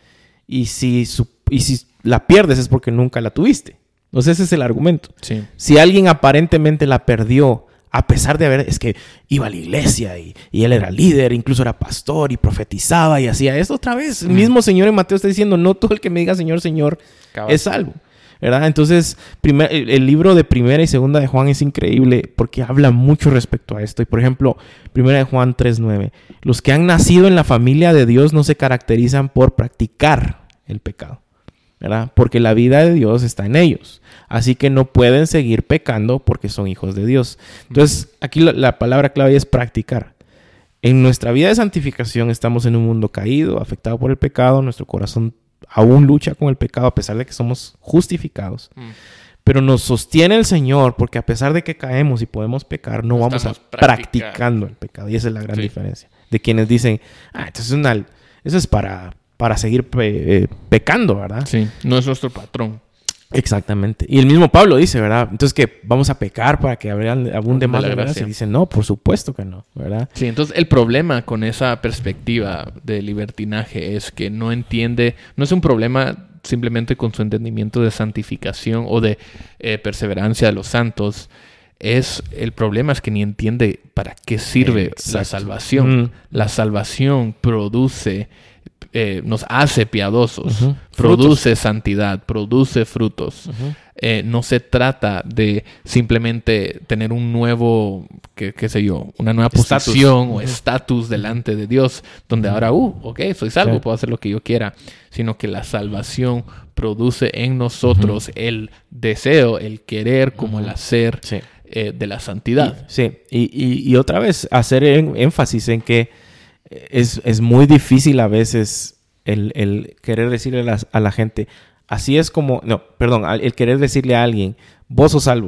Y si, su, y si la pierdes es porque nunca la tuviste. Entonces ese es el argumento. Sí. Si alguien aparentemente la perdió, a pesar de haber, es que iba a la iglesia y, y él era líder, incluso era pastor y profetizaba y hacía esto otra vez. El mismo Señor en Mateo está diciendo, no todo el que me diga Señor, Señor Cabal. Es salvo, ¿verdad? Entonces, primer, el, el libro de Primera y Segunda de Juan es increíble porque habla mucho respecto a esto. Y por ejemplo, Primera de Juan tres nueve, los que han nacido en la familia de Dios no se caracterizan por practicar el pecado, ¿verdad? Porque la vida de Dios está en ellos. Así que no pueden seguir pecando porque son hijos de Dios. Entonces, aquí la, la palabra clave es practicar. En nuestra vida de santificación estamos en un mundo caído, afectado por el pecado. Nuestro corazón aún lucha con el pecado a pesar de que somos justificados. Mm. Pero nos sostiene el Señor porque a pesar de que caemos y podemos pecar, no vamos a practicando el pecado. Y esa es la gran sí. diferencia. De quienes dicen, ah, entonces una, eso es para... para seguir pe- eh, pecando, ¿verdad? Sí, no es nuestro patrón. Exactamente. Y el mismo Pablo dice, ¿verdad? Entonces, ¿qué? ¿Vamos a pecar para que abunde más la gracia? Y dice, no, por supuesto que no, ¿verdad? Sí, entonces el problema con esa perspectiva de libertinaje es que no entiende, no es un problema simplemente con su entendimiento de santificación o de eh, perseverancia de los santos. Es, el problema es que ni entiende para qué sirve Exacto. la salvación. Mm. La salvación produce... Eh, nos hace piadosos, uh-huh. produce frutos. Santidad, produce frutos. Uh-huh. Eh, no se trata de simplemente tener un nuevo, qué, qué sé yo, una nueva estatus. posición uh-huh. o estatus delante de Dios, donde uh-huh. ahora, uh, ok, soy salvo, sí. puedo hacer lo que yo quiera, sino que la salvación produce en nosotros uh-huh. el deseo, el querer como uh-huh. el hacer sí. eh, de la santidad. Y, sí, y, y, y otra vez hacer en, énfasis en que Es, es muy difícil a veces el, el querer decirle a la, a la gente, así es como, no, perdón, el querer decirle a alguien, vos sos salvo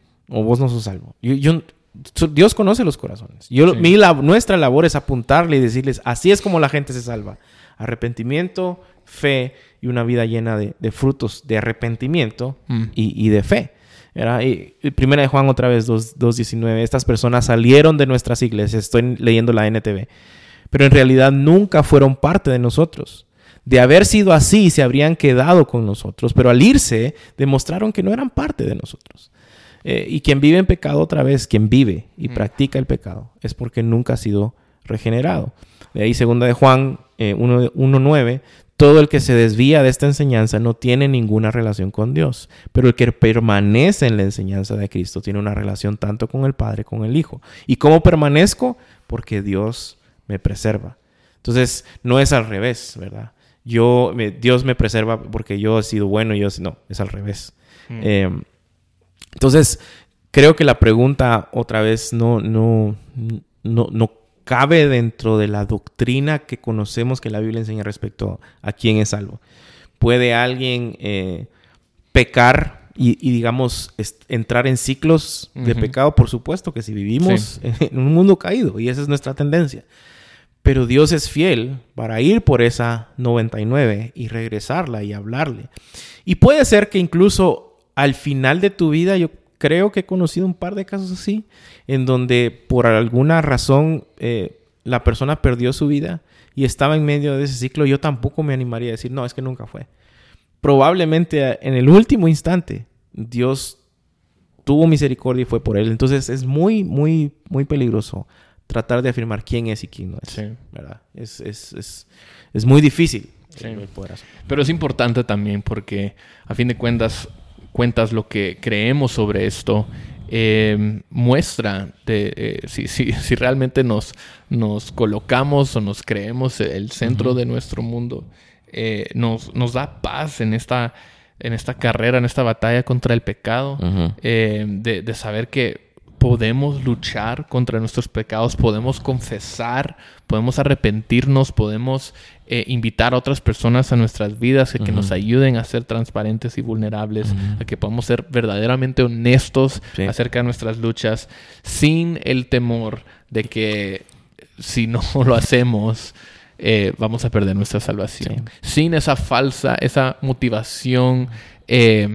o vos no sos salvo. Yo, yo, Dios conoce los corazones. Yo, sí. mi, la, nuestra labor es apuntarle y decirles, así es como la gente se salva. Arrepentimiento, fe y una vida llena de, de frutos de arrepentimiento mm. y, y de fe. Era, y, y Primera de Juan otra vez, dos diecinueve, estas personas salieron de nuestras iglesias, estoy leyendo la N T V, pero en realidad nunca fueron parte de nosotros. De haber sido así, se habrían quedado con nosotros, pero al irse, demostraron que no eran parte de nosotros. Eh, y quien vive en pecado otra vez, quien vive y mm. practica el pecado, es porque nunca ha sido regenerado. De ahí, segunda de Juan eh, uno nueve, todo el que se desvía de esta enseñanza no tiene ninguna relación con Dios, pero el que permanece en la enseñanza de Cristo tiene una relación tanto con el Padre como con el Hijo. ¿Y cómo permanezco? Porque Dios me preserva. Entonces, no es al revés, ¿verdad? Yo, me, Dios me preserva porque yo he sido bueno y yo... No, es al revés. Mm. Eh, entonces, creo que la pregunta otra vez no, no, no, no cabe dentro de la doctrina que conocemos que la Biblia enseña respecto a quién es salvo. ¿Puede alguien eh, pecar y, y digamos, est- entrar en ciclos uh-huh. de pecado? Por supuesto que sí, vivimos sí. en un mundo caído y esa es nuestra tendencia. Pero Dios es fiel para ir por esa noventa y nueve y regresarla y hablarle. Y puede ser que incluso al final de tu vida, yo creo que he conocido un par de casos así, en donde por alguna razón eh, la persona perdió su vida y estaba en medio de ese ciclo. Yo tampoco me animaría a decir, no, es que nunca fue. Probablemente en el último instante Dios tuvo misericordia y fue por él. Entonces es muy, muy, muy peligroso tratar de afirmar quién es y quién no es. Sí. ¿Verdad? Es, es, es, es muy difícil. Sí. Pero es importante también porque a fin de cuentas, cuentas lo que creemos sobre esto eh, muestra de, eh, si, si, si realmente nos, nos colocamos o nos creemos el centro uh-huh. de nuestro mundo. Eh, nos, nos da paz en esta, en esta carrera, en esta batalla contra el pecado, uh-huh. eh, de, de saber que podemos luchar contra nuestros pecados, podemos confesar, podemos arrepentirnos, podemos eh, invitar a otras personas a nuestras vidas, a que uh-huh. nos ayuden a ser transparentes y vulnerables, uh-huh. a que podamos ser verdaderamente honestos sí. acerca de nuestras luchas, sin el temor de que si no lo hacemos, eh, vamos a perder nuestra salvación. Sí. Sin esa falsa, esa motivación eh,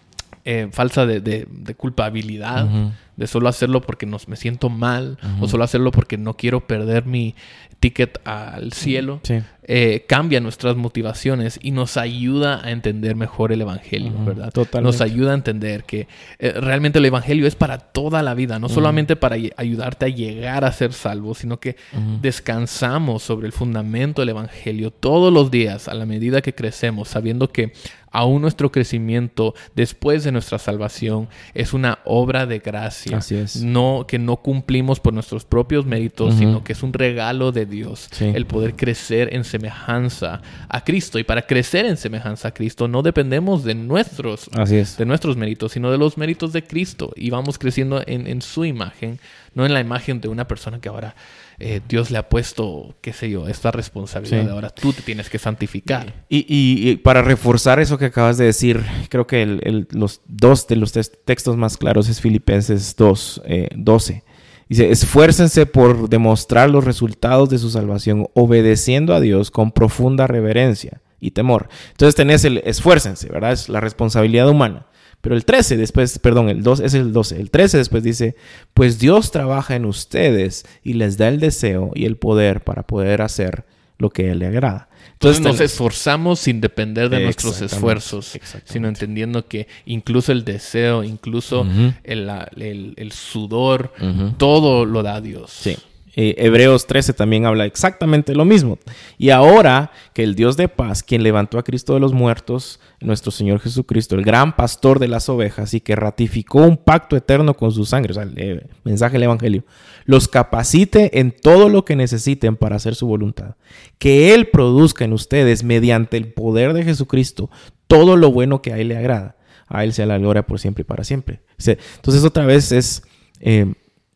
eh, falsa de, de, de culpabilidad, uh-huh. de solo hacerlo porque nos, me siento mal, uh-huh. o solo hacerlo porque no quiero perder mi ticket al cielo, sí. eh, cambia nuestras motivaciones y nos ayuda a entender mejor el evangelio, uh-huh. ¿verdad? Totalmente. Nos ayuda a entender que eh, realmente el evangelio es para toda la vida, no uh-huh. solamente para ayudarte a llegar a ser salvo, sino que uh-huh. descansamos sobre el fundamento del evangelio todos los días a la medida que crecemos, sabiendo que aún nuestro crecimiento después de nuestra salvación es una obra de gracia. Así es. No, que no cumplimos por nuestros propios méritos, uh-huh. sino que es un regalo de Dios. Sí. El poder crecer en semejanza a Cristo. Y para crecer en semejanza a Cristo no dependemos de nuestros, Así es. de nuestros méritos, sino de los méritos de Cristo. Y vamos creciendo en, en su imagen, no en la imagen de una persona que ahora eh, Dios le ha puesto, qué sé yo, esta responsabilidad. Sí. Ahora tú te tienes que santificar. Y, y, y para reforzar eso que acabas de decir, creo que el, el, los dos de los textos más claros es Filipenses dos, eh, doce. Dice, esfuércense por demostrar los resultados de su salvación, obedeciendo a Dios con profunda reverencia y temor. Entonces tenés el esfuércense, ¿verdad? Es la responsabilidad humana. Pero el trece después, perdón, el dos es el doce. El trece después dice, pues Dios trabaja en ustedes y les da el deseo y el poder para poder hacer lo que a Él le agrada. Entonces, Entonces nos esforzamos sin depender de nuestros esfuerzos, sino entendiendo que incluso el deseo, incluso uh-huh. el, el, el sudor, uh-huh. todo lo da Dios. Sí. Eh, Hebreos trece también habla exactamente lo mismo. Y ahora que el Dios de paz, quien levantó a Cristo de los muertos, nuestro Señor Jesucristo, el gran pastor de las ovejas y que ratificó un pacto eterno con su sangre, o sea, el eh, mensaje del evangelio, los capacite en todo lo que necesiten para hacer su voluntad. Que Él produzca en ustedes, mediante el poder de Jesucristo, todo lo bueno que a Él le agrada. A Él sea la gloria por siempre y para siempre. Entonces otra vez es... Eh,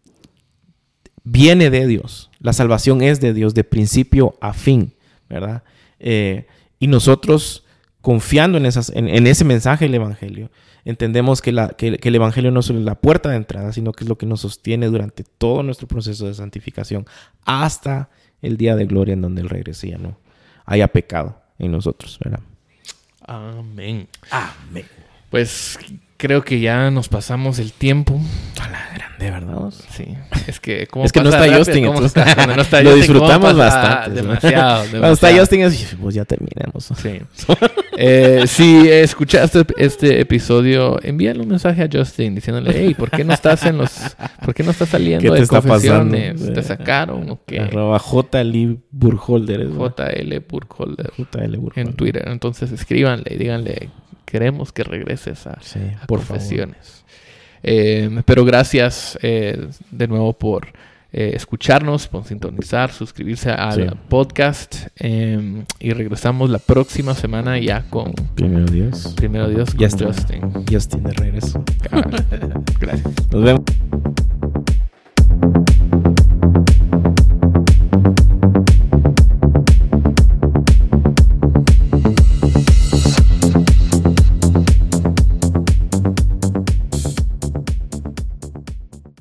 viene de Dios. La salvación es de Dios de principio a fin, ¿verdad? Eh, y nosotros, confiando en, esas, en, en ese mensaje del evangelio, entendemos que, la, que, que el evangelio no solo es la puerta de entrada, sino que es lo que nos sostiene durante todo nuestro proceso de santificación hasta el día de gloria en donde Él regrese y ya no haya pecado en nosotros, ¿verdad? Amén. Amén. Pues creo que ya nos pasamos el tiempo. A la grande, ¿verdad? Sí. Es que, ¿cómo es que no está rápido? Justin. Entonces, está, no está lo Justin, disfrutamos bastante. Demasiado, demasiado. Cuando está Justin es, pues ya terminemos. Sí. eh, si escuchaste este episodio, envíale un mensaje a Justin diciéndole, hey, ¿por qué no estás en los, por qué no estás saliendo ¿Qué te de está confesiones? pasando? ¿Te sacaron o qué? Arroba J L Burkholder. J L Burkholder. J L Burkholder. En Twitter. Entonces escríbanle y díganle, queremos que regreses a, sí, a por confesiones. Eh, pero gracias eh, de nuevo por eh, escucharnos, por sintonizar, suscribirse al sí. podcast. Eh, y regresamos la próxima semana ya con... Primero Dios. Primero Dios con Justin. Justin. Justin de regreso. Gracias. Nos vemos.